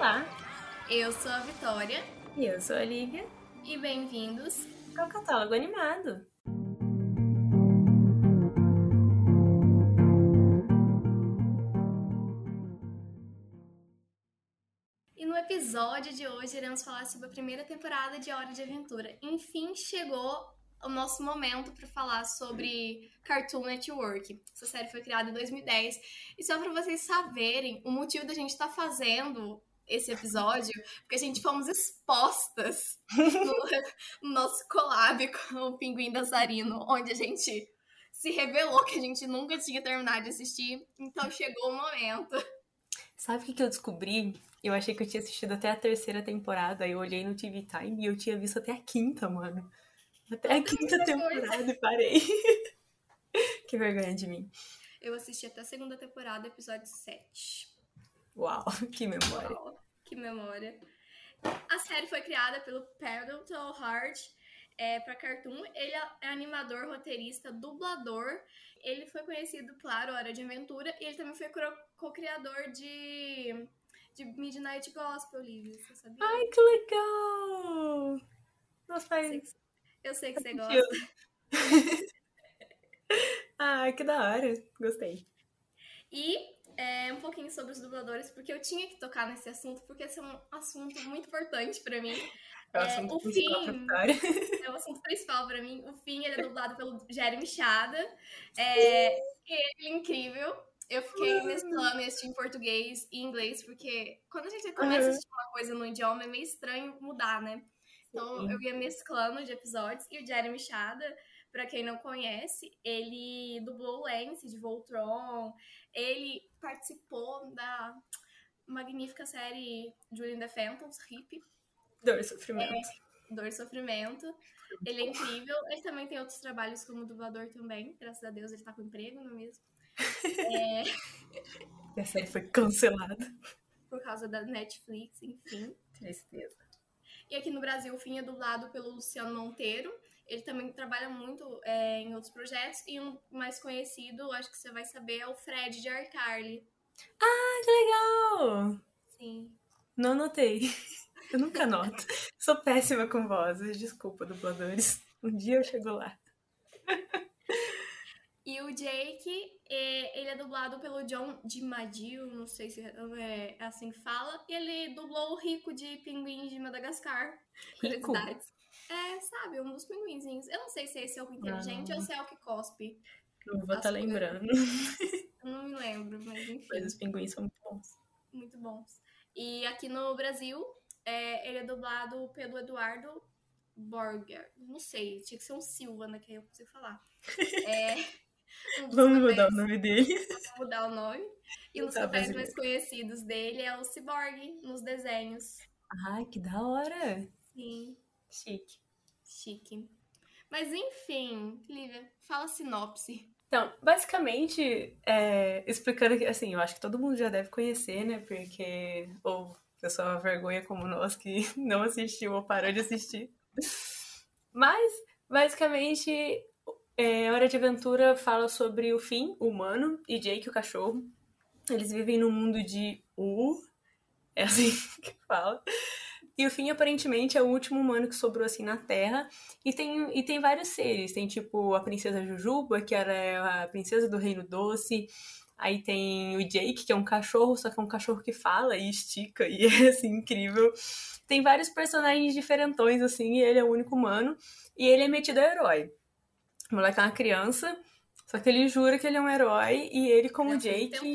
Olá, Eu sou a Vitória e eu sou a Lívia e bem-vindos. ao Catálogo Animado. E no episódio de hoje iremos falar sobre a primeira temporada de Hora de Aventura. Enfim, chegou o nosso momento para falar sobre Cartoon Network. Essa série foi criada em 2010 e só para vocês saberem o motivo da gente estar fazendo esse episódio, porque a gente fomos expostas no nosso collab com o Pinguim Dançarino, onde a gente se revelou que a gente nunca tinha terminado de assistir, então chegou o momento. Sabe o que eu descobri? Eu achei que eu tinha assistido até a terceira temporada, aí eu olhei no TV Time e eu tinha visto até a quinta, mano. Até a quinta temporada e parei. Que vergonha de mim. Eu assisti até a segunda temporada, episódio 7. Uau, que memória. Uau, que memória. A série foi criada pelo Pendleton Hart para Cartoon. Ele é animador, roteirista, dublador. Ele foi conhecido, claro, Hora de Aventura. E ele também foi co-criador de Midnight Gospel, Lívia, você sabia? Ai, que legal! Nossa, Eu sei que você gosta. Ai, que da hora. Gostei. E um pouquinho sobre os dubladores, porque eu tinha que tocar nesse assunto, porque esse é um assunto muito importante pra mim. É o assunto O principal pra Finn Vitória. é o assunto principal pra mim. O Finn, ele é dublado pelo Jeremy Shada. Ele é incrível. Eu fiquei mesclando esse em português e inglês, porque quando a gente começa a assistir uma coisa no idioma, é meio estranho mudar, né? Então, eu ia mesclando de episódios. E o Jeremy Shada, pra quem não conhece, ele dublou o Lance de Voltron. Ele participou da magnífica série Julie and the Phantoms, Hip. Dor e sofrimento. Dor e Sofrimento. Ele é incrível. Ele também tem outros trabalhos como dublador também. Graças a Deus ele tá com emprego, não é mesmo? E a série foi cancelada. Por causa da Netflix, enfim. Tristeza. E aqui no Brasil, o Finn é dublado pelo Luciano Monteiro. Ele também trabalha muito em outros projetos. E um mais conhecido, acho que você vai saber, é o Fred de iCarly. Ah, que legal! Sim. Não anotei. Eu nunca anoto. Sou péssima com vozes. Desculpa, dubladores. Um dia eu chego lá. E o Jake, ele é dublado pelo John DiMaggio, não sei se é assim que fala. E ele dublou o Rico de Pinguim de Madagascar. Rico? Curiosidades. Sabe, um dos pinguinzinhos. Eu não sei se esse é o inteligente ou se é o que cospe. Não vou estar lembrando. Eu não me lembro, mas enfim. Mas os pinguins são muito bons. Muito bons. E aqui no Brasil, ele é dublado pelo Eduardo Borger. Não sei, tinha que ser um Silva, né? Que aí eu consigo falar. Vamos mudar o nome dele. Vamos mudar o nome. E um dos papéis mais conhecidos dele é o Cyborg, nos desenhos. Ai, que da hora. Sim. Chique. Mas enfim, Lívia, fala a sinopse. Então, basicamente, explicando que, assim, eu acho que todo mundo já deve conhecer, né? Porque, ou pessoa é uma vergonha como nós que não assistiu ou parou de assistir. Mas, basicamente, Hora de Aventura fala sobre o Finn, o humano, e Jake, o cachorro. Eles vivem num mundo de é assim que fala. E o Finn, aparentemente, é o último humano que sobrou, assim, na Terra. E tem vários seres. Tem, tipo, a princesa Jujuba, que era a princesa do Reino Doce. Aí tem o Jake, que é um cachorro, só que é um cachorro que fala e estica. E é, assim, incrível. Tem vários personagens diferentões, assim, e ele é o único humano. E ele é metido a herói. O moleque é uma criança, só que ele jura que ele é um herói. E ele, como Jake...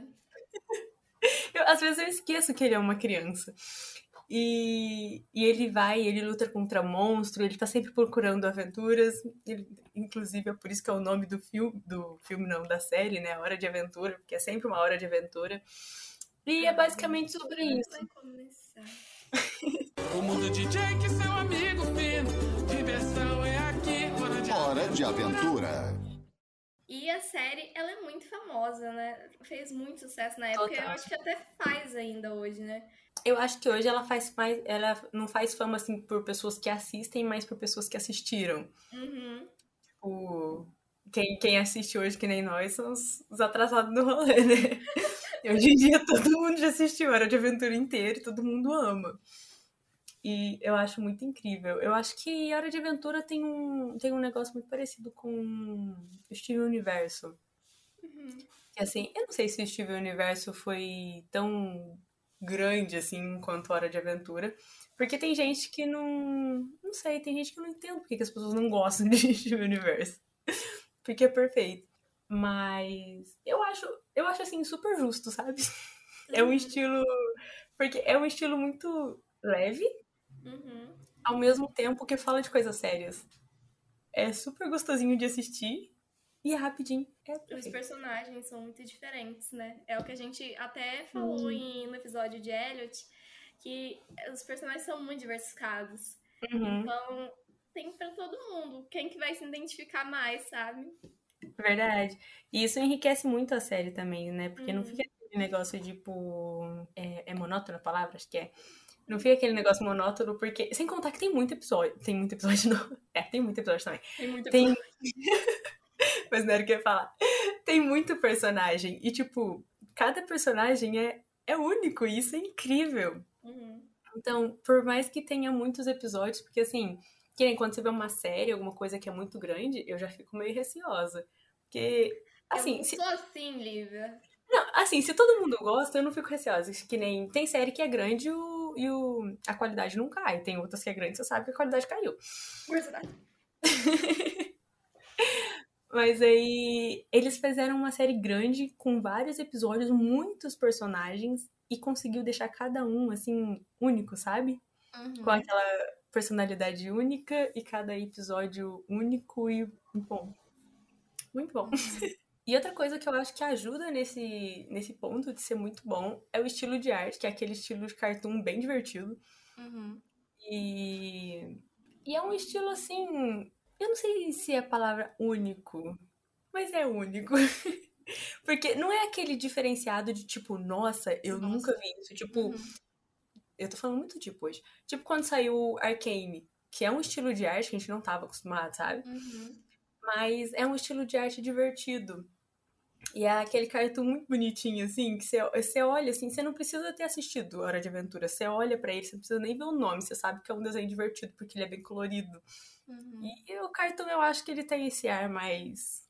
Às vezes eu esqueço que ele é uma criança. E ele luta contra monstro, ele tá sempre procurando aventuras. Inclusive é por isso que é o nome do filme não, da série, né? Hora de Aventura, porque é sempre uma hora de aventura. E é basicamente sobre isso. Vai começar. O mundo de Jake, seu amigo fino. Diversão é aqui, Hora de Aventura. E a série, ela é muito famosa, né? Fez muito sucesso na época. Total. Eu acho que até faz ainda hoje, né? Eu acho que hoje ela não faz fama, assim, por pessoas que assistem, mas por pessoas que assistiram. Uhum. Tipo, quem assiste hoje, que nem nós, são os atrasados do rolê, né? E hoje em dia todo mundo já assistiu Hora de Aventura inteiro e todo mundo ama. E eu acho muito incrível. Eu acho que Hora de Aventura tem um negócio muito parecido com o Steven Universo. Que assim, eu não sei se o Steven Universo foi tão grande assim quanto Hora de Aventura. Porque tem gente que não. Não sei, tem gente que não entende porque que as pessoas não gostam de Steven Universo. Porque é perfeito. Mas eu acho assim super justo, sabe? É um estilo. Porque é um estilo muito leve, Uhum. ao mesmo tempo que fala de coisas sérias. É super gostosinho de assistir e é rapidinho. É Os perfeito. personagens são muito diferentes, né? É o que a gente até falou no episódio de Elliot, que os personagens são muito diversificados. Uhum, Então, tem pra todo mundo. Quem que vai se identificar mais, sabe? verdade. E isso enriquece muito a série também, né? Porque não Uhum. fica aquele negócio tipo. É monótono a palavra? Acho que é. Não fica aquele negócio monótono, porque. Sem contar que tem muito episódio. Tem muito episódio, não. É, tem muito episódio também. Tem muito Tem. episódio. Mas não era o que eu ia falar. Tem muito personagem. E, tipo, cada personagem é único. E isso é incrível. Uhum. Então, por mais que tenha muitos episódios, porque assim, que nem quando você vê uma série, alguma coisa que é muito grande, eu já fico meio receosa. Porque, Eu assim, não sou assim, Lívia. não, assim, se todo mundo gosta, eu não fico receosa. Que nem tem série que é grande a qualidade não cai. Tem outras que é grande, você sabe que a qualidade caiu. Curiosidade. Mas aí eles fizeram uma série grande com vários episódios, muitos personagens e conseguiu deixar cada um assim único, sabe? Com Uhum. aquela personalidade única e cada episódio único e bom, muito bom. E outra coisa que eu acho que ajuda nesse ponto de ser muito bom é o estilo de arte, que é aquele estilo de cartoon bem divertido. Uhum. E, e é um estilo assim, eu não sei se é a palavra único, mas é único. Porque não é aquele diferenciado de tipo, nossa, eu nunca Nossa. vi isso. Tipo, Uhum. eu tô falando muito tipo hoje. Tipo quando saiu Arcane, que é um estilo de arte que a gente não tava acostumado, sabe? Uhum. Mas é um estilo de arte divertido. E é aquele cartoon muito bonitinho, assim, que você olha, assim, você não precisa ter assistido Hora de Aventura. Você olha pra ele, você não precisa nem ver o nome, você sabe que é um desenho divertido, porque ele é bem colorido. Uhum. E o cartoon, eu acho que ele tem esse ar mais...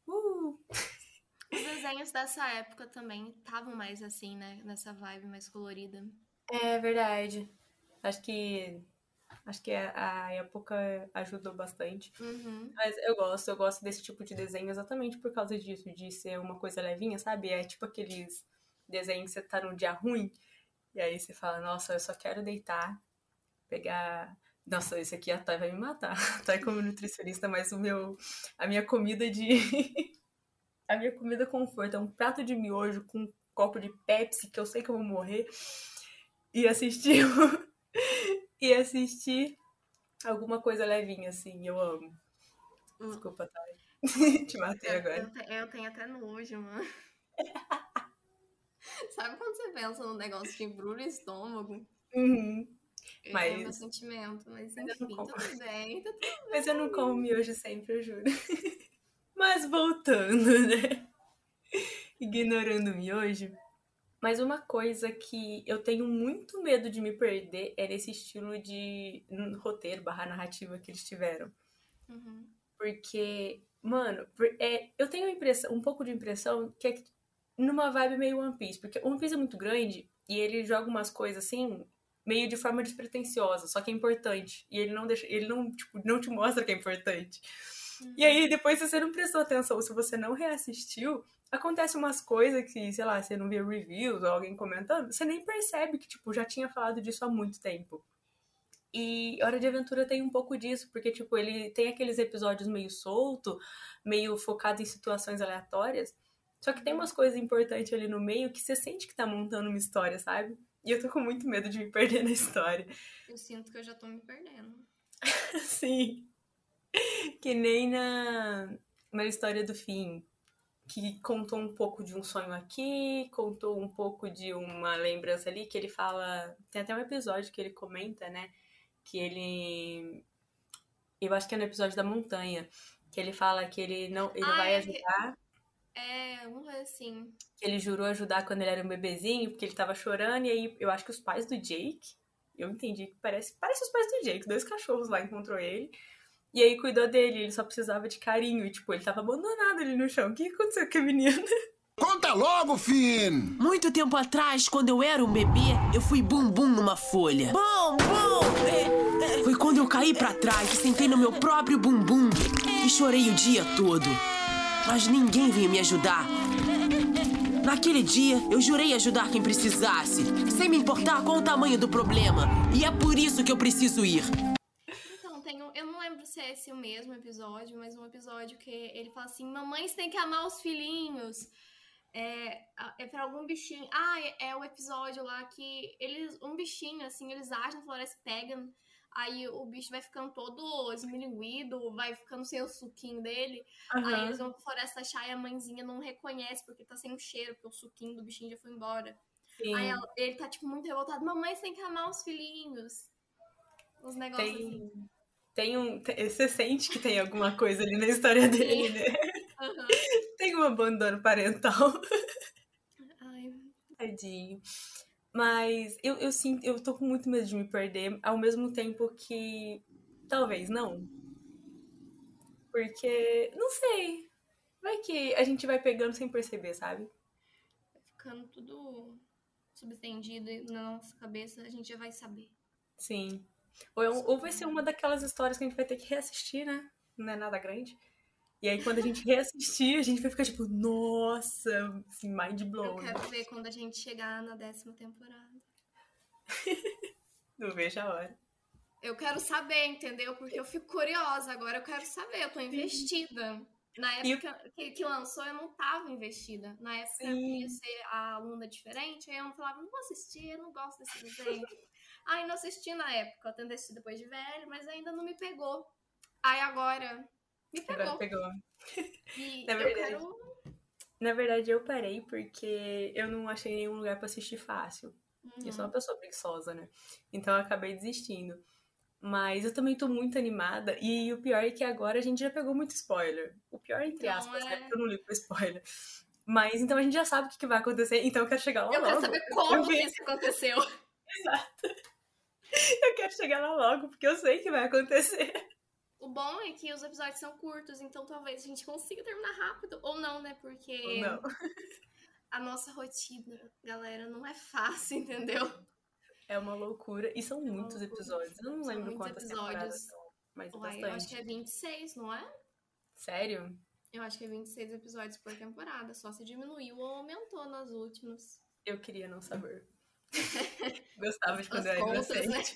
Os desenhos dessa época também estavam mais assim, né? Nessa vibe mais colorida. É verdade. Acho que a época ajudou bastante. Uhum. Mas eu gosto desse tipo de desenho exatamente por causa disso, de ser uma coisa levinha, sabe? É tipo aqueles desenhos que você tá num dia ruim, e aí você fala, nossa, eu só quero deitar, pegar. Nossa, esse aqui a Thay vai me matar. A Thay como nutricionista, mas a minha comida de. A minha comida conforto é um prato de miojo com um copo de Pepsi, que eu sei que eu vou morrer, e assistir. E assistir alguma coisa levinha, assim, eu amo. Desculpa, Thay. Te matei agora. Eu tenho até nojo, mano. Sabe quando você pensa num negócio que embrulha o estômago? Uhum. É meu Mas sentimento, mas eu não enfim, como. tudo bem, tá tudo Mas eu bem. não como miojo sempre, eu juro. Mas voltando, né? Ignorando o miojo. Mas uma coisa que eu tenho muito medo de me perder é nesse estilo de roteiro barra narrativa que eles tiveram. Uhum. Porque, mano, eu tenho um pouco de impressão que é numa vibe meio One Piece. Porque One Piece é muito grande e ele joga umas coisas assim, meio de forma despretensiosa, só que é importante. E ele não deixa, ele não, tipo, não te mostra que é importante. E aí, depois, se você não prestou atenção, se você não reassistiu, acontece umas coisas que, sei lá, você não vê reviews ou alguém comentando, você nem percebe que, tipo, já tinha falado disso há muito tempo. E Hora de Aventura tem um pouco disso, porque, tipo, ele tem aqueles episódios meio solto, meio focado em situações aleatórias, só que tem umas coisas importantes ali no meio que você sente que tá montando uma história, sabe? E eu tô com muito medo de me perder na história. Eu sinto que eu já tô me perdendo. Sim. Que nem na história do fim, que contou um pouco de um sonho aqui, contou um pouco de uma lembrança ali, que ele fala. Tem até um episódio que ele comenta, né? Que ele. Eu acho que é no episódio da montanha, que ele fala que ele não. Ele vai É ajudar. Vamos ver assim. Ele jurou ajudar quando ele era um bebezinho, porque ele tava chorando, e aí eu acho que os pais do Jake, eu entendi que parece os pais do Jake, 2 cachorros lá encontrou ele, e aí cuidou dele, ele só precisava de carinho, e tipo, ele tava abandonado ali no chão. O que aconteceu com a menina? Conta logo, Finn! Muito tempo atrás, quando eu era um bebê, eu fui bumbum numa folha. Foi quando eu caí pra trás e sentei no meu próprio bumbum e chorei o dia todo. Mas ninguém veio me ajudar. Naquele dia, eu jurei ajudar quem precisasse, sem me importar com o tamanho do problema. E é por isso que eu preciso ir. Então, eu não lembro se é esse o mesmo episódio, mas um episódio que ele fala assim, mamães têm que amar os filhinhos. É pra algum bichinho. É o episódio lá que um bichinho, assim, eles agem na floresta, pegam, aí o bicho vai ficando todo esmilinguido, vai ficando sem o suquinho dele. Uhum. Aí eles vão pra floresta achar e a mãezinha não reconhece porque tá sem o cheiro, porque o suquinho do bichinho já foi embora. Sim. Aí ele tá, tipo, muito revoltado. Mamães têm que amar os filhinhos. Os negócios assim. Você sente que tem alguma coisa ali na história dele, né? Uhum. Tem um abandono parental. Ai. Tadinho. Mas eu sinto, eu tô com muito medo de me perder, ao mesmo tempo que talvez não. Porque, não sei, vai que a gente vai pegando sem perceber, sabe? Vai ficando tudo subtendido na nossa cabeça, a gente já vai saber. Sim. Ou vai ser uma daquelas histórias que a gente vai ter que reassistir, né? Não é nada grande. E aí, quando a gente reassistir, a gente vai ficar tipo, nossa, assim, mind blown. Eu quero ver quando a gente chegar na 10ª temporada. Não vejo a hora. Eu quero saber, entendeu? Porque eu fico curiosa agora, eu quero saber, eu tô investida. Na época que lançou, eu não tava investida. Na época eu queria ser a aluna diferente, aí eu falava, não vou assistir, eu não gosto desse desenho. Aí não assisti na época, eu tentei assistir depois de velho, mas ainda não me pegou. Aí agora me pegou. Agora pegou. E Na verdade, eu parei porque eu não achei nenhum lugar pra assistir fácil. Eu sou uma pessoa preguiçosa, né? Então eu acabei desistindo. Mas eu também tô muito animada. E o pior é que agora a gente já pegou muito spoiler. O pior, entre aspas, né? Porque eu não ligo pra spoiler. Mas então a gente já sabe o que vai acontecer. Então eu quero chegar lá logo. Eu quero saber como que isso aconteceu. Exato. Eu quero chegar lá logo, porque eu sei que vai acontecer. O bom é que os episódios são curtos, então talvez a gente consiga terminar rápido. Ou não, né? Porque Ou não. A nossa rotina, galera, não é fácil, entendeu? É uma loucura. E são muitos episódios. Eu não lembro quantas temporadas são, mas bastante. Eu acho que é 26, não é? Sério? Eu acho que é 26 episódios por temporada. Só se diminuiu ou aumentou nas últimas. Eu queria não saber. Gostava de quando eu era inocente. Né?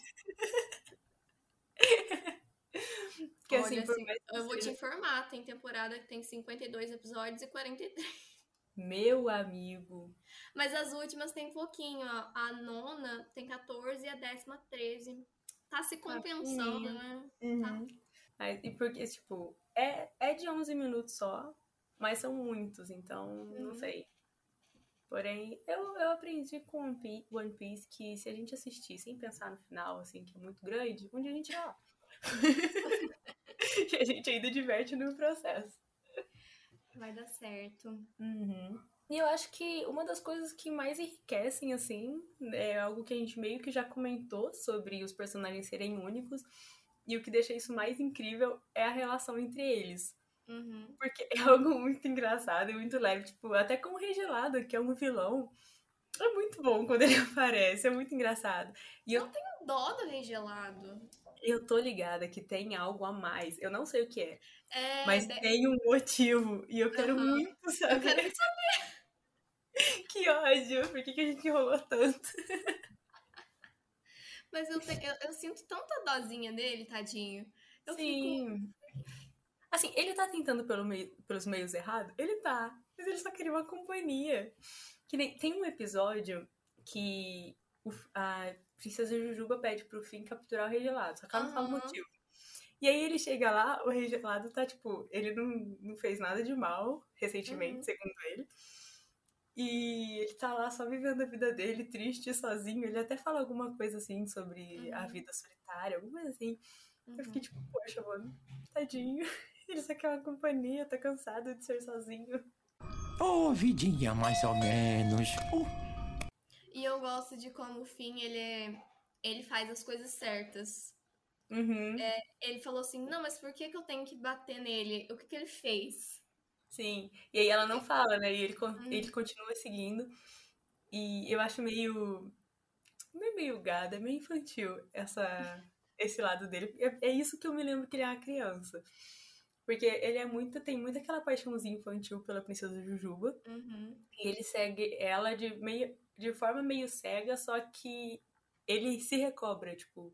Que, olha, assim, eu vou te informar. Tem temporada que tem 52 episódios e 43. Meu amigo. Mas as últimas tem pouquinho, ó. A 9ª tem 14 e a 10ª 13. Tá se compensando, né? Uhum. Tá. E porque, tipo, é de 11 minutos só, mas são muitos, então não sei. Porém, eu aprendi com One Piece que se a gente assistir sem pensar no final, assim, que é muito grande, um dia a gente vai lá. E a gente ainda diverte no processo. Vai dar certo. Uhum. E eu acho que uma das coisas que mais enriquecem, assim, é algo que a gente meio que já comentou sobre os personagens serem únicos. E o que deixa isso mais incrível é a relação entre eles. Uhum. Porque é algo muito engraçado e muito leve. Tipo, até com o Rei Gelado, que é um vilão, é muito bom quando ele aparece. É muito engraçado. E eu tenho dó do Rei Gelado. Eu tô ligada que tem algo a mais. Eu não sei o que é. Mas tem um motivo. E eu quero muito saber. Eu quero muito saber. Que ódio. Por que a gente enrolou tanto? Mas eu sinto tanta dosinha dele, tadinho. Sim. Assim, ele tá tentando pelos meios errados? Ele tá. Mas ele só queria uma companhia. Que nem, tem um episódio que a Princesa Jujuba pede pro Finn capturar o Rei Gelado. Só que ela não fala o motivo. E aí ele chega lá, o Rei Gelado tá, tipo... Ele não fez nada de mal, recentemente, segundo ele. E ele tá lá só vivendo a vida dele, triste, sozinho. Ele até fala alguma coisa, assim, sobre a vida solitária, alguma coisa assim. Eu fiquei tipo, poxa, mano, tadinho. Ele só quer uma companhia, tá cansado de ser sozinho. Oh, vidinha, mais ou menos. E eu gosto de como o Finn, ele faz as coisas certas. Uhum. Ele falou assim, não, mas por que eu tenho que bater nele? O que ele fez? Sim. E aí ela não fala, né? E ele continua seguindo. E eu acho meio gado, é meio infantil esse lado dele. É isso que eu me lembro que ele é uma criança. Porque ele tem muito aquela paixãozinha infantil pela princesa Jujuba. E ele segue ela de forma meio cega, só que ele se recobra, tipo,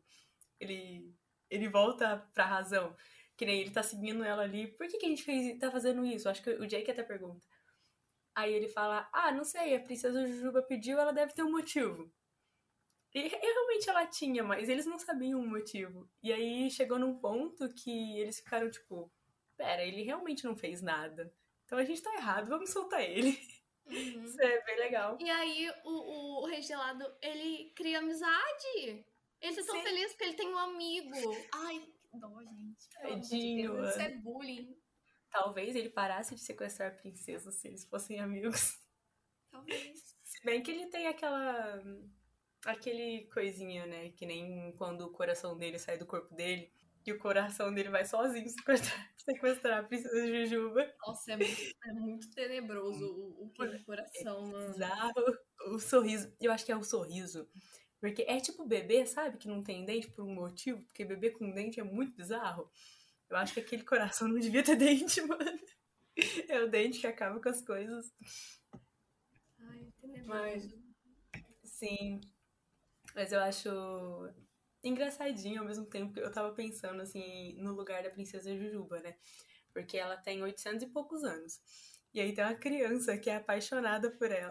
ele volta pra razão. Que nem ele tá seguindo ela ali. Por que a gente tá fazendo isso? Acho que o Jake até pergunta. Aí ele fala, não sei, a princesa Jujuba pediu, ela deve ter um motivo. E realmente ela tinha, mas eles não sabiam o motivo. E aí chegou num ponto que eles ficaram tipo, pera, ele realmente não fez nada. Então a gente tá errado, vamos soltar ele. Isso é bem legal. E aí o Rei Gelado, ele cria amizade. Ele tá tão feliz porque ele tem um amigo. Ai, que dó, gente. Tadinho, Isso é bullying. Talvez ele parasse de sequestrar princesas se eles fossem amigos. Talvez. Se bem que ele tem aquele coisinha, né? Que nem quando o coração dele sai do corpo dele. E o coração dele vai sozinho sequestrar a princesa Jujuba. Nossa, é muito tenebroso o coração, mano. Bizarro. O sorriso. Eu acho que é o sorriso. Porque é tipo bebê, sabe? Que não tem dente por um motivo. Porque bebê com dente é muito bizarro. Eu acho que aquele coração não devia ter dente, mano. É o dente que acaba com as coisas. Ai, tenebroso. Sim. Mas eu acho engraçadinho ao mesmo tempo que eu tava pensando, assim, no lugar da princesa Jujuba, né? Porque ela tem 800 e poucos anos. E aí tem uma criança que é apaixonada por ela.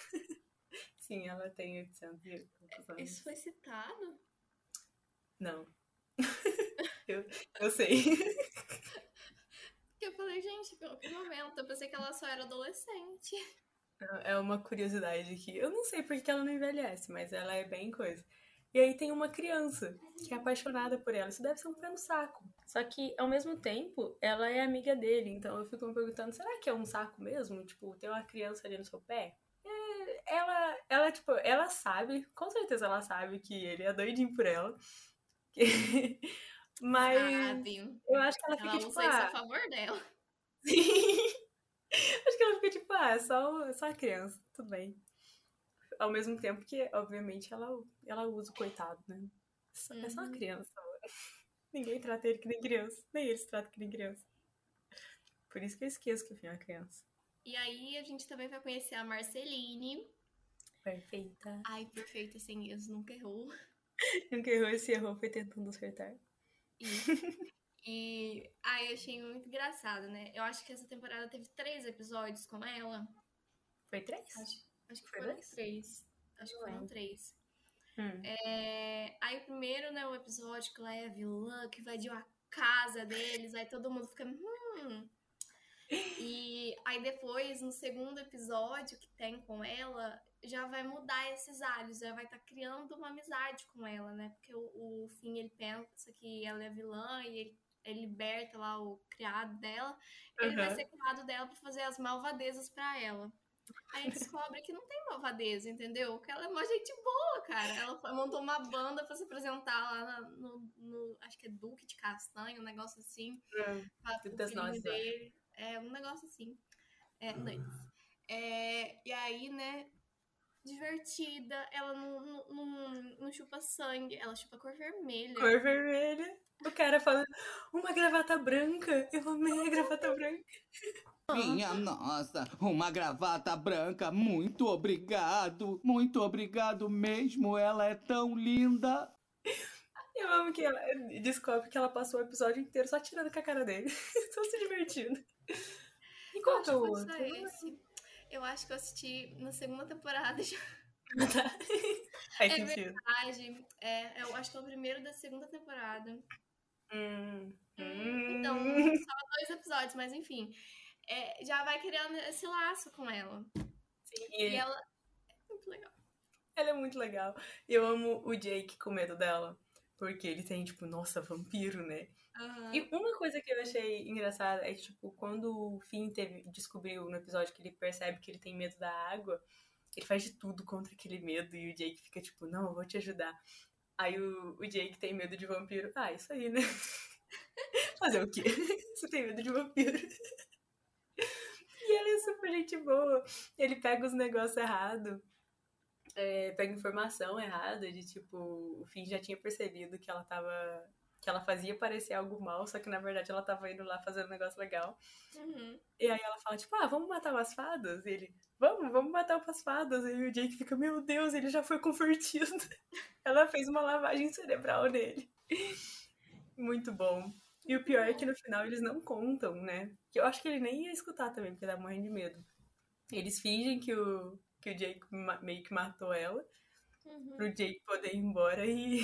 Sim, ela tem 800 e poucos anos. Isso foi citado? Não. eu sei. Porque eu falei, gente, que momento? Eu pensei que ela só era adolescente. É uma curiosidade aqui. Eu não sei porque ela não envelhece, mas ela é bem coisa. E aí tem uma criança que é apaixonada por ela. Isso deve ser um pé no saco. Só que, ao mesmo tempo, ela é amiga dele. Então eu fico me perguntando, será que é um saco mesmo? Tipo, ter uma criança ali no seu pé? Ela sabe, com certeza ela sabe que ele é doidinho por ela. Mas Sabe. eu acho que ela fica Ela tipo, usa isso a favor dela. Sim. Acho que ela fica tipo, só a criança, tudo bem. Ao mesmo tempo que, obviamente, ela usa o coitado, né? É só uma criança. Ninguém trata ele que nem criança. Nem eles tratam que nem criança. Por isso que eu esqueço que o filho é uma criança. E aí a gente também vai conhecer a Marceline. Perfeita. Ai, perfeita, sem erros, nunca errou. Nunca errou, esse errou, foi tentando acertar. E aí eu achei muito engraçado, né? Eu acho que essa temporada teve 3 episódios com ela. Foi 3? Acho que foram 3. Acho que foram 3. Aí o primeiro, né, o episódio que ela é a vilã, que invadiu a casa deles, aí todo mundo fica... E aí depois, no segundo episódio que tem com ela, já vai mudar esses alhos, já vai estar criando uma amizade com ela, né? Porque o Finn, ele pensa que ela é vilã e ele liberta lá o criado dela. Ele vai ser criado dela pra fazer as malvadezas pra ela. Aí ele descobre que não tem malvadeza, entendeu? Que ela é uma gente boa, cara. Ela montou uma banda pra se apresentar lá no acho que é Duque de Castanho, um negócio assim. Duque das Nozes, dele. É, um negócio assim. E aí, né, divertida, ela não chupa sangue, ela chupa cor vermelha. Cor vermelha. O cara falando, uma gravata branca. Eu amei a gravata branca. Minha nossa, uma gravata branca, muito obrigado. Muito obrigado mesmo, ela é tão linda. Eu amo que ela descobre que ela passou o episódio inteiro só tirando com a cara dele. Só se divertindo. E qual que é o outro? Eu acho que eu assisti na segunda temporada já. Faz sentido. Verdade. Eu acho que é o primeiro da segunda temporada. Então, só 2 episódios, mas enfim. Já vai criando esse laço com ela. Sim, e ela é muito legal. Ela é muito legal. Eu amo o Jake com medo dela. Porque ele tem, tipo, nossa, vampiro, né? Aham. E uma coisa que eu achei engraçada é que, tipo, quando o Finn descobriu no episódio que ele percebe que ele tem medo da água, ele faz de tudo contra aquele medo e o Jake fica tipo, não, eu vou te ajudar. Aí o Jake tem medo de vampiro. Ah, isso aí, né? Fazer o quê? Você tem medo de vampiro. E ele é super gente boa. Ele pega os negócios errados. Pega informação errada de tipo, o Finn já tinha percebido que ela fazia parecer algo mal, só que na verdade ela tava indo lá fazendo um negócio legal. Uhum. E aí ela fala, tipo, vamos matar umas fadas? E ele, vamos matar umas fadas. E o Jake fica, meu Deus, ele já foi convertido. Ela fez uma lavagem cerebral nele. Muito bom. E o pior é que no final eles não contam, né? Que eu acho que ele nem ia escutar também, porque tava morrendo de medo. Eles fingem que o Jake meio que matou ela, pro Jake poder ir embora e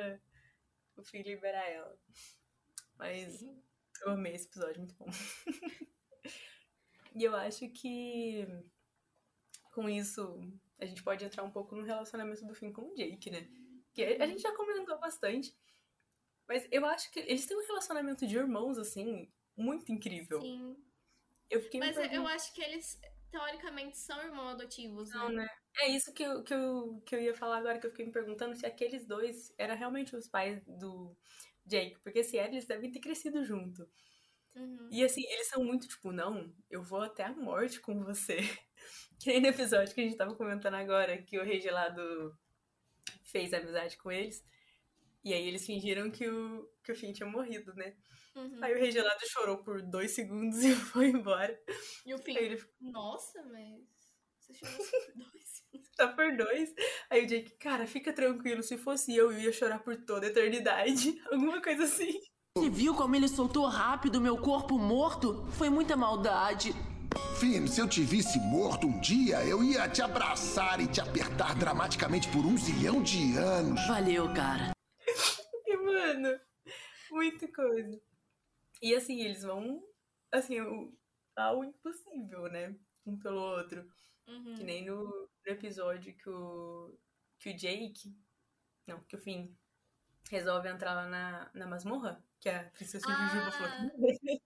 o Finn liberar ela. Mas eu amei esse episódio, muito bom. E eu acho que com isso a gente pode entrar um pouco no relacionamento do Finn com o Jake, né? Que a gente já comentou bastante, mas eu acho que eles têm um relacionamento de irmãos, assim, muito incrível. Sim. Eu fiquei Mas eu acho que eles, teoricamente, são irmãos adotivos, Não, né? né? É isso que eu ia falar agora, que eu fiquei me perguntando se aqueles dois eram realmente os pais do Jake. Porque se eles devem ter crescido junto. Uhum. E assim, eles são muito tipo, não, eu vou até a morte com você. Que nem no episódio que a gente tava comentando agora, que o Rei Gelado fez amizade com eles. E aí eles fingiram que o Finn tinha morrido, né? Uhum. Aí o Rei Gelado chorou por 2 segundos e foi embora. E o Finn, Aí ele nossa, mas você chorou por 2 segundos. tá por 2. Aí o Jake, cara, fica tranquilo, se fosse eu ia chorar por toda a eternidade. Alguma coisa assim. Você viu como ele soltou rápido meu corpo morto? Foi muita maldade. Finn, se eu te visse morto um dia, eu ia te abraçar e te apertar dramaticamente por 1 zilhão de anos. Valeu, cara. E, mano, muita coisa. E assim, eles vão, assim, ao impossível, né? Um pelo outro. Uhum. Que nem no episódio que o Jake... Não, que o Finn resolve entrar lá na masmorra, que a Princesa Jujuba falou que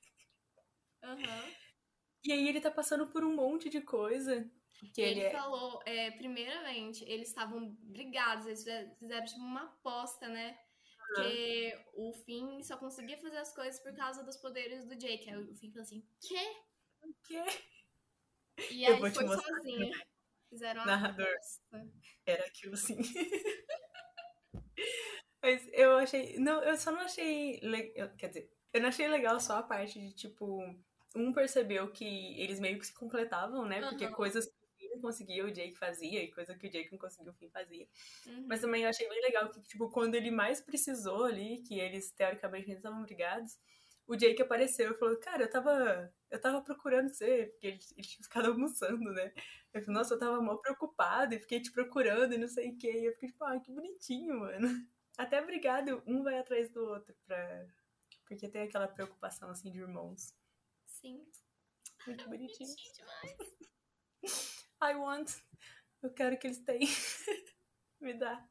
Uhum. E aí ele tá passando por um monte de coisa. Que Ele falou, primeiramente, eles estavam brigados, eles fizeram tipo uma aposta, né? Porque o Finn só conseguia fazer as coisas por causa dos poderes do Jake. Aí o Finn falou assim, quê? O quê? E Eu aí vou te foi mostrar. sozinho. Fizeram uma Narrador. aposta. Era aquilo sim. Mas eu achei... Não, eu só não achei... Quer dizer, eu não achei legal só a parte de, tipo... Um percebeu que eles meio que se completavam, né? Porque Uhum. coisas que o Finn não conseguia, o Jake fazia. E coisa que o Jake não conseguia, o Finn fazia. Uhum. Mas também eu achei bem legal que, tipo, quando ele mais precisou ali, que eles, teoricamente, ainda estavam brigados, o Jake apareceu e falou, cara, eu tava procurando você, porque ele tinha ficado almoçando, né? Eu falei, nossa, eu tava mal preocupado e fiquei te procurando e não sei o quê. E eu fiquei tipo, que bonitinho, mano. Até brigado, um vai atrás do outro, porque tem aquela preocupação, assim, de irmãos. Sim. Muito bonitinho. Bonitinho demais. I want. Eu quero que eles tenham. Me dá.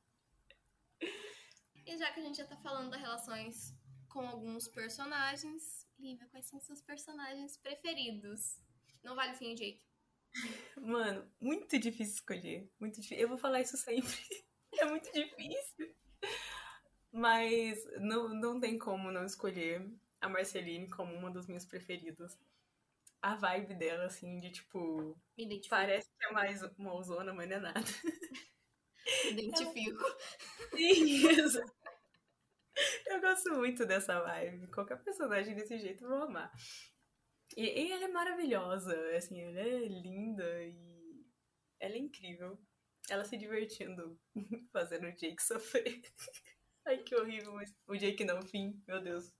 E já que a gente já tá falando das relações com alguns personagens, Lívia, quais são os seus personagens preferidos? Não vale o Finn e o Jake. Mano, muito difícil escolher. Muito difícil. Eu vou falar isso sempre. É muito difícil. Mas não tem como não escolher a Marceline como uma das minhas preferidas. A vibe dela, assim, de tipo... Me identifico. Parece que é mais mãozona, mas não é nada. Me identifico. Isso. Eu gosto muito dessa vibe. Qualquer personagem desse jeito eu vou amar. E ela é maravilhosa, assim, ela é linda e ela é incrível. Ela se divertindo fazendo o Jake sofrer. Ai, que horrível, mas o Jake não, Finn, meu Deus.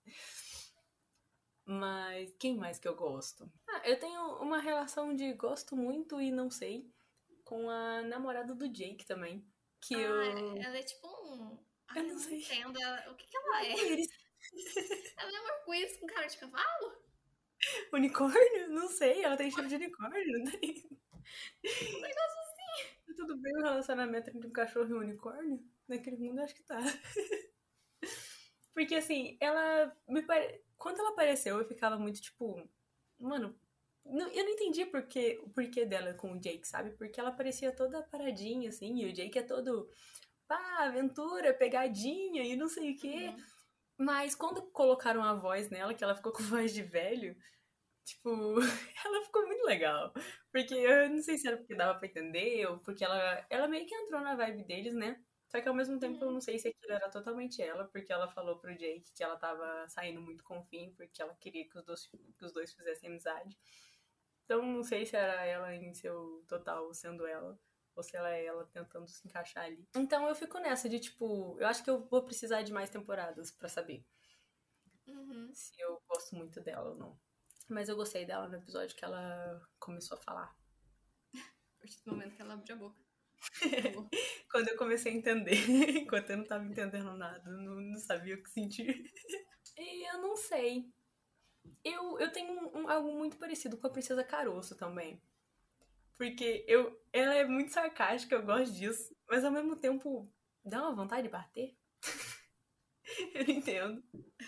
Mas quem mais que eu gosto? Eu tenho uma relação de gosto muito e não sei com a namorada do Jake também. Que Ela é tipo um... Eu não sei. Entendo. O que ela é? Ela é um arco-íris com cara de cavalo? Unicórnio? Não sei, ela tem cheiro de unicórnio, não tem? Um negócio assim. Tá tudo bem o relacionamento entre um cachorro e um unicórnio? Naquele mundo acho que tá. Porque, assim, quando ela apareceu, eu ficava muito, tipo... Mano, eu não entendi o porquê dela com o Jake, sabe? Porque ela parecia toda paradinha, assim, e o Jake é todo... aventura, pegadinha e não sei o quê. Mas quando colocaram a voz nela, que ela ficou com voz de velho, tipo, ela ficou muito legal. Porque eu não sei se era porque dava pra entender, ou porque ela meio que entrou na vibe deles, né? Só que ao mesmo tempo eu não sei se aquilo era totalmente ela, porque ela falou pro Jake que ela tava saindo muito com o Finn, porque ela queria que os dois fizessem amizade. Então não sei se era ela em seu total sendo ela, ou se ela é ela tentando se encaixar ali. Então eu fico nessa de, tipo, eu acho que eu vou precisar de mais temporadas pra saber se eu gosto muito dela ou não. Mas eu gostei dela no episódio que ela começou a falar. A partir do momento que ela abriu a boca. Quando eu comecei a entender. Enquanto eu não tava entendendo nada, não sabia o que sentir. E eu não sei. Eu tenho algo muito parecido com a Princesa Caroço também. Porque ela é muito sarcástica, eu gosto disso. Mas ao mesmo tempo, dá uma vontade de bater. Eu não entendo.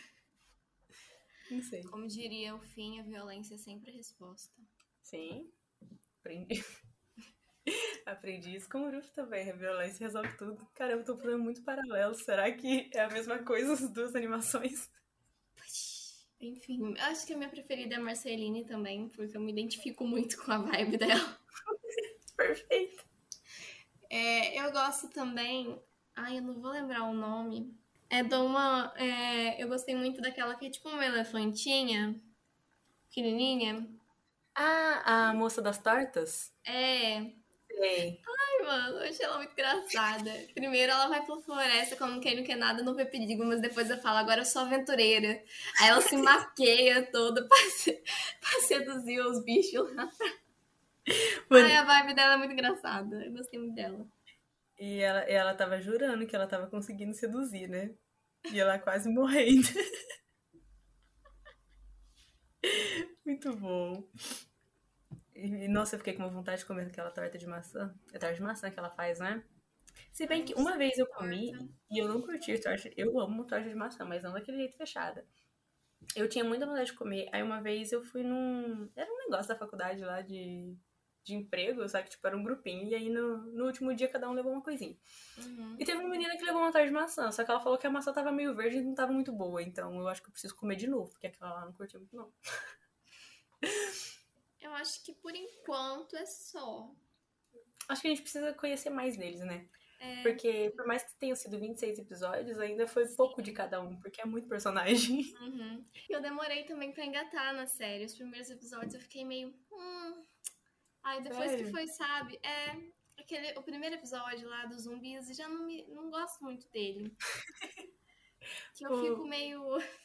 Não sei. Como diria o Finn, a violência é sempre a resposta. Sim, aprendi. Aprendi isso com o Ruff também. A violência resolve tudo. Caramba, eu tô fazendo muito paralelo. Será que é a mesma coisa as duas animações? Enfim, acho que a minha preferida é a Marceline também, porque eu me identifico muito com a vibe dela. Perfeito. Eu gosto também... Ai, eu não vou lembrar o nome. Eu gostei muito daquela que é tipo uma elefantinha, pequenininha. Ah, a moça das tortas? Sei. Ai, Mano, eu achei ela muito engraçada. Primeiro ela vai pra floresta como quem não quer nada, não vê perigo, mas depois ela fala, agora eu sou aventureira. Aí ela se maqueia toda pra seduzir os bichos lá. Ai, a vibe dela é muito engraçada. Eu gostei muito dela. E ela tava jurando que ela tava conseguindo seduzir, né? E ela quase morrendo. Muito bom. E, nossa, eu fiquei com uma vontade de comer aquela torta de maçã. É torta de maçã que ela faz, né? Se bem que uma vez eu comi e eu não curti torta. Eu amo torta de maçã, mas não daquele jeito fechada. Eu tinha muita vontade de comer. Aí uma vez eu fui Era um negócio da faculdade lá de emprego, só que tipo, era um grupinho. E aí no último dia cada um levou uma coisinha. E teve uma menina que levou uma torta de maçã, só que ela falou que a maçã tava meio verde e não tava muito boa. Então eu acho que eu preciso comer de novo, porque aquela lá não curtiu muito, não. Eu acho que por enquanto é só. Acho que a gente precisa conhecer mais deles, né? Porque por mais que tenham sido 26 episódios, ainda foi pouco de cada um, porque é muito personagem. Eu demorei também pra engatar na série. Os primeiros episódios eu fiquei meio... Aí depois Sério? que foi, sabe? O primeiro episódio lá dos zumbis, eu já não gosto muito dele. Que eu fico meio...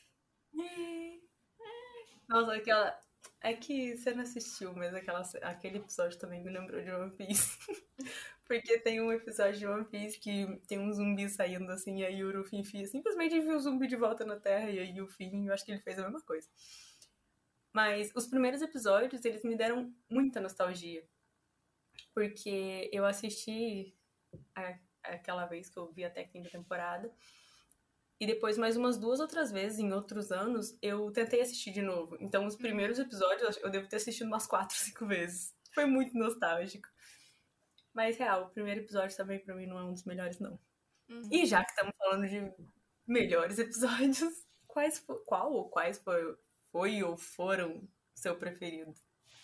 Nossa, aquela... É que você não assistiu, mas aquele episódio também me lembrou de One Piece. Porque tem um episódio de One Piece que tem um zumbi saindo assim, e aí o Luffy simplesmente envia o zumbi de volta na Terra, e aí o Finn, eu acho que ele fez a mesma coisa. Mas os primeiros episódios, eles me deram muita nostalgia. Porque eu assisti aquela vez que eu vi até a quinta temporada. E depois, mais umas 2 outras vezes, em outros anos, eu tentei assistir de novo. Então, os primeiros episódios, eu devo ter assistido umas 4, 5 vezes. Foi muito nostálgico. Mas, real, o primeiro episódio também, pra mim, não é um dos melhores, não. E já que estamos falando de melhores episódios, quais foi ou foram seus preferidos?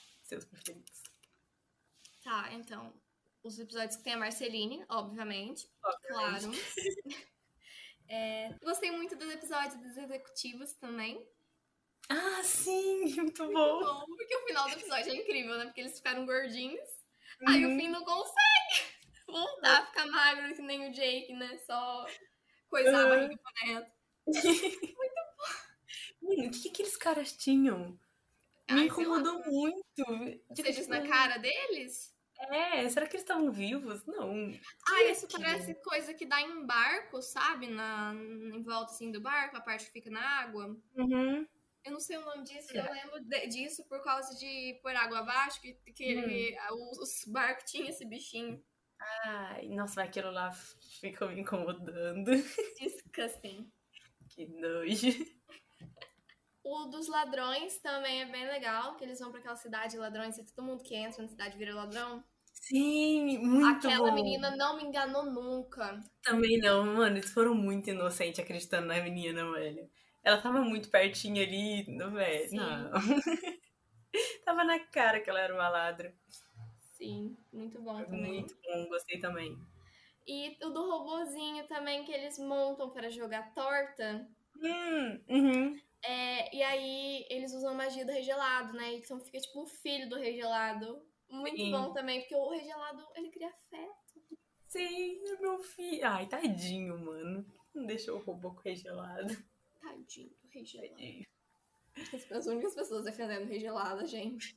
Tá, então... Os episódios que tem a Marceline, obviamente. Claro. Gostei muito dos episódios dos executivos também. Ah, sim! Muito bom! Porque o final do episódio é incrível, né? Porque eles ficaram gordinhos. Aí o Finn não consegue voltar a ficar magro que nem o Jake, né? Só coisar a barriga pra dentro. Muito bom. Mano, o que aqueles caras tinham? Me incomodou muito. Você diz na cara deles? Será que eles estavam vivos? Não. Isso parece coisa que dá em barco, sabe? Em volta, assim, do barco, a parte que fica na água. Eu não sei o nome disso, eu lembro disso por causa de pôr água abaixo, que os barcos tinham esse bichinho. Ai, nossa, aquilo lá ficou me incomodando. Disgusting. Que nojo. O dos ladrões também é bem legal, que eles vão pra aquela cidade de ladrões e todo mundo que entra na cidade vira ladrão. Sim, muito Aquela bom. menina não me enganou nunca. Também não, mano, eles foram muito inocentes acreditando na menina, velho. Ela tava muito pertinho ali, velho. Sim. Não. Tava na cara que ela era uma ladra. Sim, muito bom também. Muito bom, gostei também. E o do robozinho também, que eles montam para jogar torta. Uhum. E aí eles usam magia do Rei Gelado, né? Então fica tipo um filho do Rei Gelado. Muito Sim. bom também, porque o Rei Gelado, ele cria afeto. Sim, é meu filho. Ai, tadinho, mano. Não deixou o robô congelado. Tadinho do Rei Gelado. Tadinho. As únicas pessoas defendendo o Rei Gelado, gente.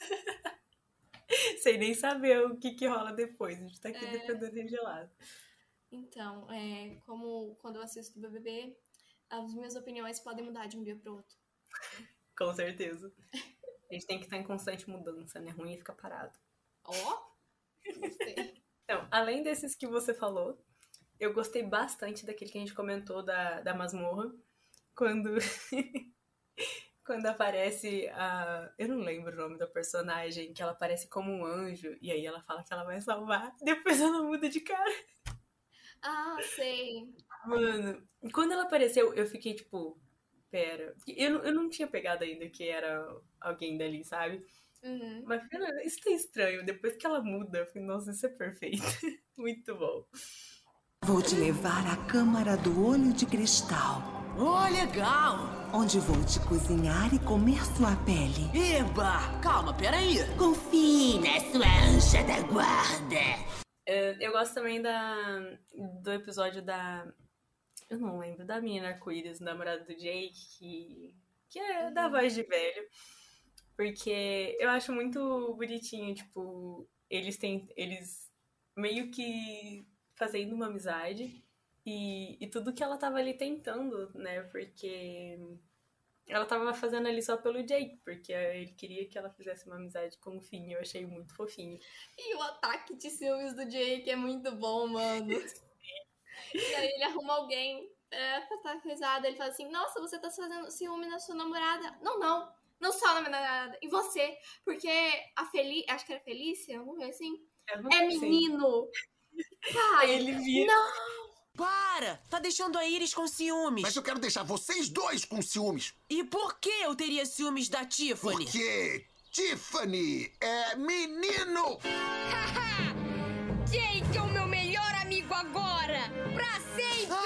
Sem nem saber o que rola depois. A gente tá aqui defendendo o gelado. Então, como quando eu assisto o BBB, as minhas opiniões podem mudar de um dia pro outro. Com certeza. A gente tem que estar em constante mudança, né? Ruim ficar parado. Ó, gostei. Então, além desses que você falou, eu gostei bastante daquele que a gente comentou da masmorra. Quando... Quando aparece a... Eu não lembro o nome da personagem, que ela aparece como um anjo, e aí ela fala que ela vai salvar, depois ela muda de cara. Ah, sei. Mano, quando ela apareceu, eu fiquei tipo, pera. Eu não tinha pegado ainda que era alguém dali, sabe? Uhum. Mas isso tá estranho. Depois que ela muda, eu falei, nossa, isso é perfeito. Muito bom. Vou te levar à Câmara do Olho de Cristal, Oh, legal! onde vou te cozinhar e comer sua pele. Eba! Calma, peraí. Confie na sua anja da guarda. Eu gosto também do episódio da... Eu não lembro, da menina arco-íris, namorada do Jake, que é da voz de velho. Porque eu acho muito bonitinho, tipo, eles meio que fazendo uma amizade e tudo que ela tava ali tentando, né? Porque ela tava fazendo ali só pelo Jake, porque ele queria que ela fizesse uma amizade com o Finn, eu achei muito fofinho. E o ataque de ciúmes do Jake é muito bom, mano. E aí ele arruma alguém pra estar coisada. Ele fala assim, nossa, você tá fazendo ciúme na sua namorada. Não só na minha namorada, em você. Porque a acho que era Felícia, vamos ver assim. É menino. Pai, Aí ele vira... não. Para! Tá deixando a Iris com ciúmes. Mas eu quero deixar vocês dois com ciúmes. E por que eu teria ciúmes da Tiffany? Porque Tiffany é menino! Jake é o meu melhor amigo agora! Pra sempre!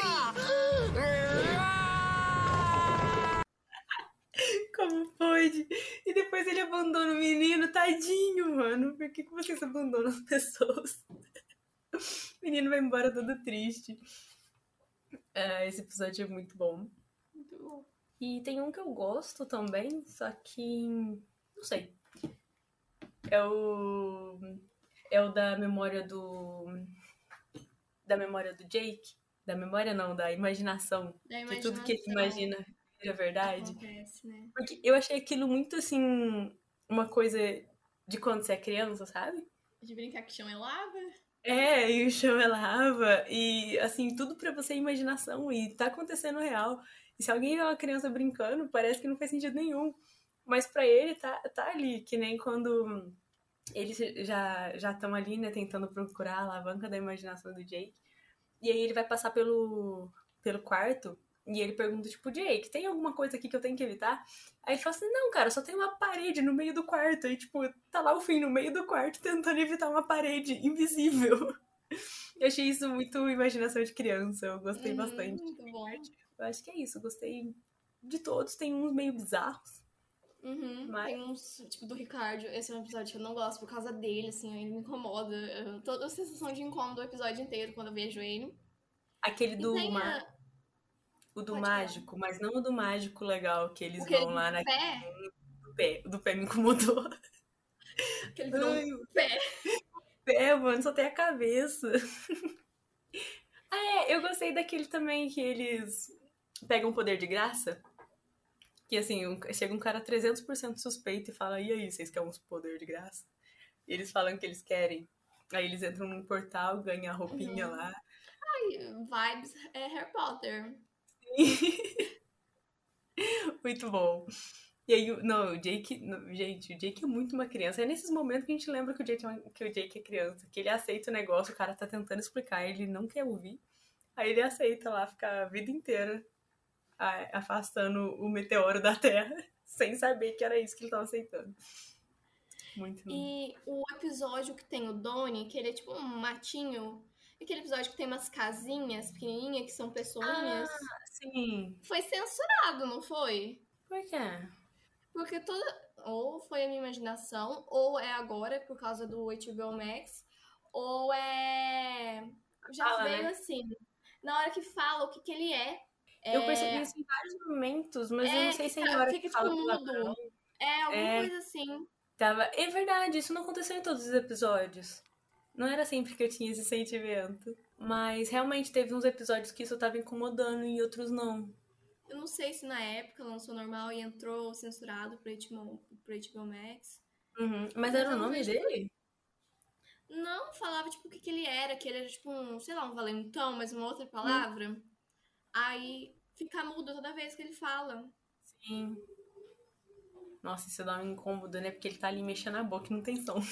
Como pode? E depois ele abandona o menino, tadinho, mano. Por que vocês abandonam as pessoas? O menino vai embora todo triste. Esse episódio é muito bom. Muito bom. E tem um que eu gosto também, só que... Não sei. É o da memória do... Da memória do Jake. Da memória não, da imaginação. Que tudo que ele imagina é verdade. Acontece, né? Porque eu achei aquilo muito, assim... Uma coisa de quando você é criança, sabe? De brincar que chão é lava. E o chão é lava, e assim, tudo pra você é imaginação, e tá acontecendo real. E se alguém vê uma criança brincando, parece que não faz sentido nenhum. Mas pra ele tá ali, que nem quando eles já estão ali, né, tentando procurar a alavanca da imaginação do Jake. E aí ele vai passar pelo quarto, e ele pergunta, tipo, Jake, tem alguma coisa aqui que eu tenho que evitar? Aí ele fala assim, não, cara, só tem uma parede no meio do quarto. Aí, tipo, tá lá o Finn no meio do quarto tentando evitar uma parede invisível. Eu achei isso muito imaginação de criança, eu gostei bastante. Muito bom. Eu acho que é isso, gostei de todos, tem uns meio bizarros. Mas... Tem uns, tipo, do Ricardo, esse é um episódio que eu não gosto por causa dele, assim, ele me incomoda. Eu tô com a sensação de incômodo o episódio inteiro quando eu vejo ele. Aquele do tem o do Pode mágico, mas não o do mágico legal, que eles Aquele vão lá do na... pé? Do pé me incomodou. Aquele virou um pé. Pé, mano, só tem a cabeça. Eu gostei daquele também que eles pegam poder de graça. Que assim, chega um cara 300% suspeito e fala, e aí, vocês querem uns poder de graça? E eles falam que eles querem. Aí eles entram num portal, ganham a roupinha lá. Vibes é Harry Potter. Muito bom. E aí, não, o Jake, gente, o Jake é muito uma criança. É nesses momentos que a gente lembra que o Jake é criança, que ele aceita o negócio, o cara tá tentando explicar, ele não quer ouvir. Aí ele aceita lá, ficar a vida inteira afastando o meteoro da Terra, sem saber que era isso que ele tava aceitando. Muito lindo. E o episódio que tem o Donnie, que ele é tipo um matinho, aquele episódio que tem umas casinhas pequenininhas, que são pessoinhas, Sim. foi censurado, não foi? Por quê? Porque ou foi a minha imaginação, ou é agora por causa do HBO Max, ou já veio, né? Assim, na hora que fala o que ele é. Eu percebi isso em vários momentos, mas eu não sei se é na hora que fala mudo. Alguma coisa assim. É verdade, isso não aconteceu em todos os episódios. Não era sempre que eu tinha esse sentimento. Mas realmente teve uns episódios que isso tava incomodando e outros não. Eu não sei se na época lançou normal e entrou censurado pro HBO Max. Mas era o nome dele? Não, falava tipo o que ele era, que ele era tipo um, sei lá, um valentão, mas uma outra palavra. Aí fica mudo toda vez que ele fala. Sim. Nossa, isso dá um incômodo, né? Porque ele tá ali mexendo a boca e não tem som.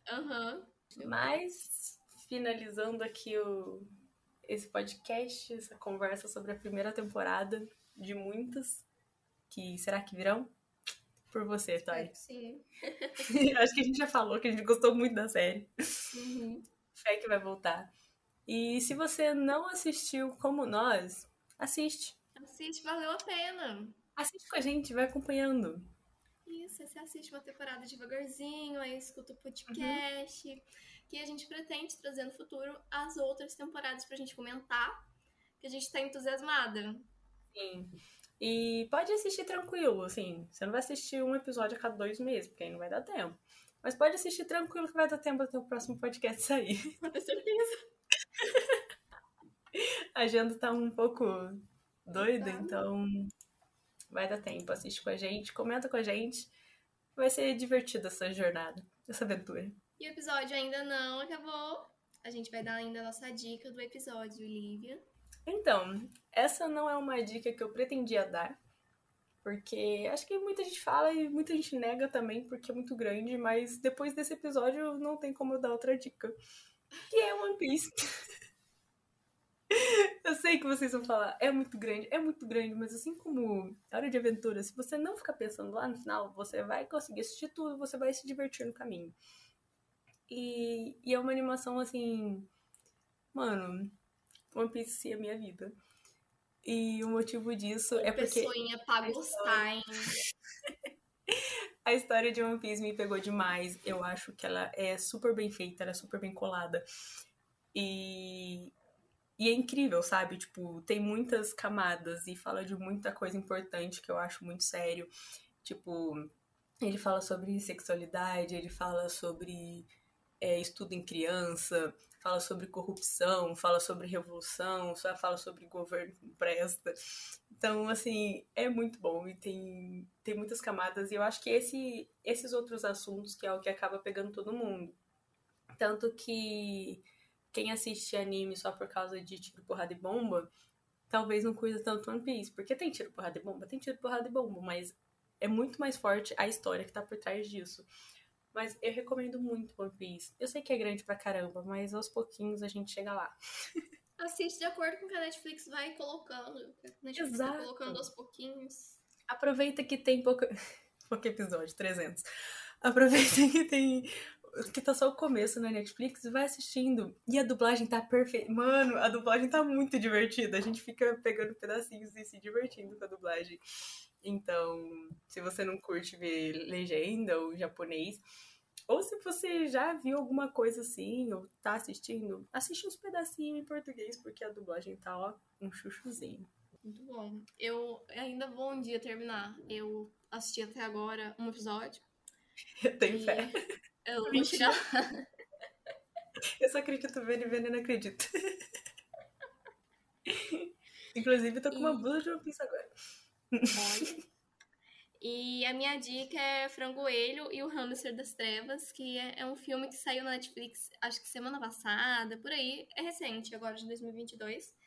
Mas, finalizando aqui esse podcast, essa conversa sobre a primeira temporada de muitas, que será que virão? Por você, Thay. Sim. Acho que a gente já falou que a gente gostou muito da série. Fé que vai voltar. E se você não assistiu como nós, assiste. Assiste, valeu a pena. Assiste com a gente, vai acompanhando. Isso, você assiste uma temporada devagarzinho, aí escuta o podcast, que a gente pretende trazer no futuro as outras temporadas pra gente comentar, que a gente tá entusiasmada. Sim. E pode assistir tranquilo, assim, você não vai assistir um episódio a cada 2 meses, porque aí não vai dar tempo. Mas pode assistir tranquilo que vai dar tempo até o próximo podcast sair. Com certeza. A agenda tá um pouco doida, então vai dar tempo. Assiste com a gente, comenta com a gente. Vai ser divertida essa jornada, essa aventura. E o episódio ainda não acabou. A gente vai dar ainda a nossa dica do episódio, Lívia. Então, essa não é uma dica que eu pretendia dar, porque acho que muita gente fala e muita gente nega também, porque é muito grande, mas depois desse episódio não tem como eu dar outra dica, que é One Piece. Eu sei que vocês vão falar, é muito grande, mas assim como Hora de Aventura, se você não ficar pensando lá no final, você vai conseguir assistir tudo, você vai se divertir no caminho. E é uma animação assim, mano, One Piece é a minha vida. E o motivo disso é porque... Pessoinha pra gostar, hein? A história de One Piece me pegou demais. Eu acho que ela é super bem feita, ela é super bem colada. E é incrível, sabe? Tipo, tem muitas camadas e fala de muita coisa importante que eu acho muito sério. Tipo, ele fala sobre sexualidade, ele fala sobre estudo em criança, fala sobre corrupção, fala sobre revolução, fala sobre governo que não presta. Então, assim, é muito bom e tem muitas camadas. E eu acho que esses outros assuntos que é o que acaba pegando todo mundo. Tanto que quem assiste anime só por causa de tiro, porrada e bomba, talvez não curta tanto One Piece. Porque tem tiro, porrada e bomba, mas é muito mais forte a história que tá por trás disso. Mas eu recomendo muito One Piece. Eu sei que é grande pra caramba, mas aos pouquinhos a gente chega lá. Assiste de acordo com o que a Netflix vai colocando. A Netflix Exato. Tá colocando aos pouquinhos. Aproveita que tem pouco episódio, 300. Aproveita que tá só o começo na Netflix e vai assistindo. E a dublagem tá perfeita. Mano, a dublagem tá muito divertida. A gente fica pegando pedacinhos e se divertindo com a dublagem. Então, se você não curte ver legenda ou japonês, ou se você já viu alguma coisa assim, ou tá assistindo, assiste uns pedacinhos em português, porque a dublagem tá, ó, um chuchuzinho. Muito bom. Eu ainda vou um dia terminar. Eu assisti até agora um episódio. Eu tenho fé. Eu vou chegar lá. Eu só acredito vendo e vendo e não acredito. Inclusive, eu tô com uma blusa de One Piece agora. Olha. E a minha dica é Frangoelho e o Hamster das Trevas, que é um filme que saiu na Netflix, acho que semana passada, por aí. É recente, agora de 2022.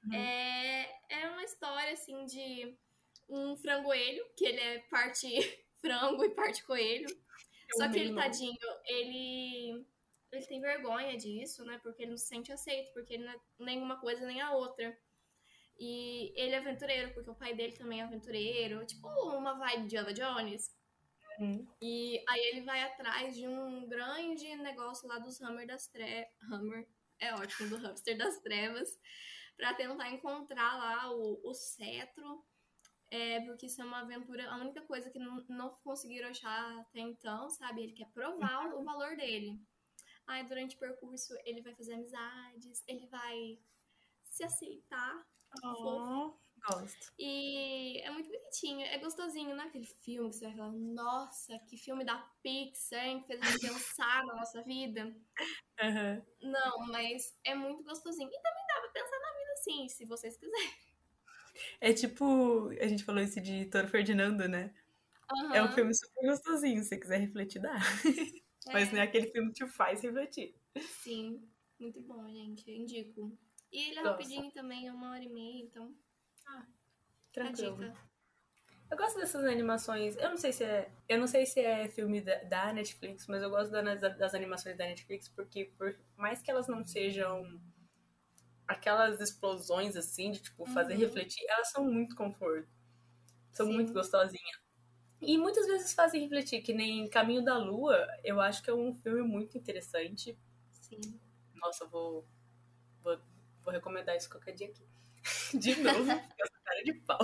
É uma história, assim, de um frangoelho, que ele é parte frango e parte coelho. Só que ele, tadinho, ele tem vergonha disso, né? Porque ele não se sente aceito, porque ele não é nenhuma coisa nem a outra. E ele é aventureiro, porque o pai dele também é aventureiro. Tipo uma vibe de Indiana Jones. E aí ele vai atrás de um grande negócio lá dos Hammer das Trevas. Hammer é ótimo, do Hamster das Trevas. Pra tentar encontrar lá o cetro. Porque isso é uma aventura, a única coisa que não conseguiram achar até então, sabe? Ele quer provar o valor dele. Aí durante o percurso ele vai fazer amizades, ele vai se aceitar. Gosto. E é muito bonitinho, é gostosinho, não é aquele filme que você vai falar, nossa, que filme da Pixar, hein, que fez a gente pensar na nossa vida. Não, mas é muito gostosinho. E também dá pra pensar na vida assim, se vocês quiserem. É tipo, a gente falou isso de Toro Ferdinando, né? É um filme super gostosinho, se você quiser refletir, dá. Mas não é aquele filme que te faz refletir. Sim, muito bom, gente, eu indico. E ele é rapidinho também, é 1h30, então... tranquilo. Eu gosto dessas animações, eu não sei se é filme da Netflix, mas eu gosto das animações da Netflix porque por mais que elas não sejam aquelas explosões assim, de tipo, fazer refletir, elas são muito conforto. São muito gostosinhas. E muitas vezes fazem refletir, que nem Caminho da Lua, eu acho que é um filme muito interessante. Sim. Nossa, eu vou recomendar isso qualquer dia aqui. De novo, porque eu sou cara de pau.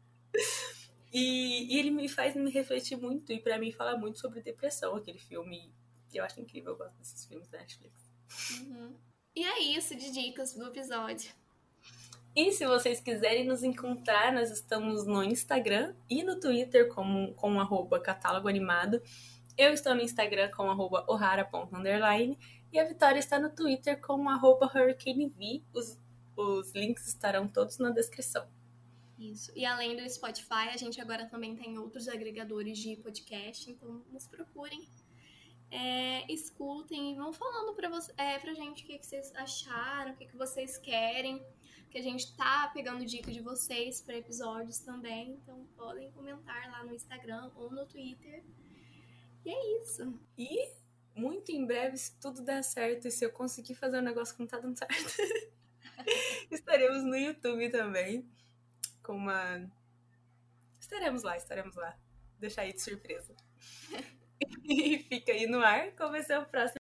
E ele me faz me refletir muito, e pra mim fala muito sobre depressão, aquele filme. Eu acho incrível, eu gosto desses filmes da Netflix. E é isso de dicas do episódio. E se vocês quiserem nos encontrar, nós estamos no Instagram e no Twitter com @catálogoanimado. Eu estou no Instagram com @ohara._. E a Vitória está no Twitter com @hurricanev. Os links estarão todos na descrição. Isso. E além do Spotify, a gente agora também tem outros agregadores de podcast, então nos procurem. Escutem e vão falando pra gente o que vocês acharam, o que vocês querem, que a gente tá pegando dica de vocês para episódios também, então podem comentar lá no Instagram ou no Twitter. E é isso. E muito em breve, se tudo der certo e se eu conseguir fazer um negócio que não tá dando certo, estaremos no YouTube também com uma... Estaremos lá. Deixar aí de surpresa. E fica aí no ar, qual vai ser o próximo?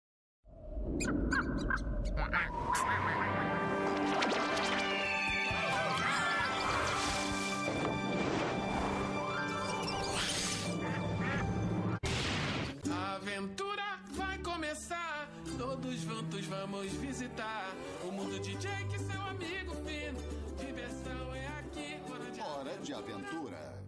A aventura vai começar, todos juntos vamos visitar o mundo de Jake, seu amigo fino. Diversão é aqui, Hora de aventura.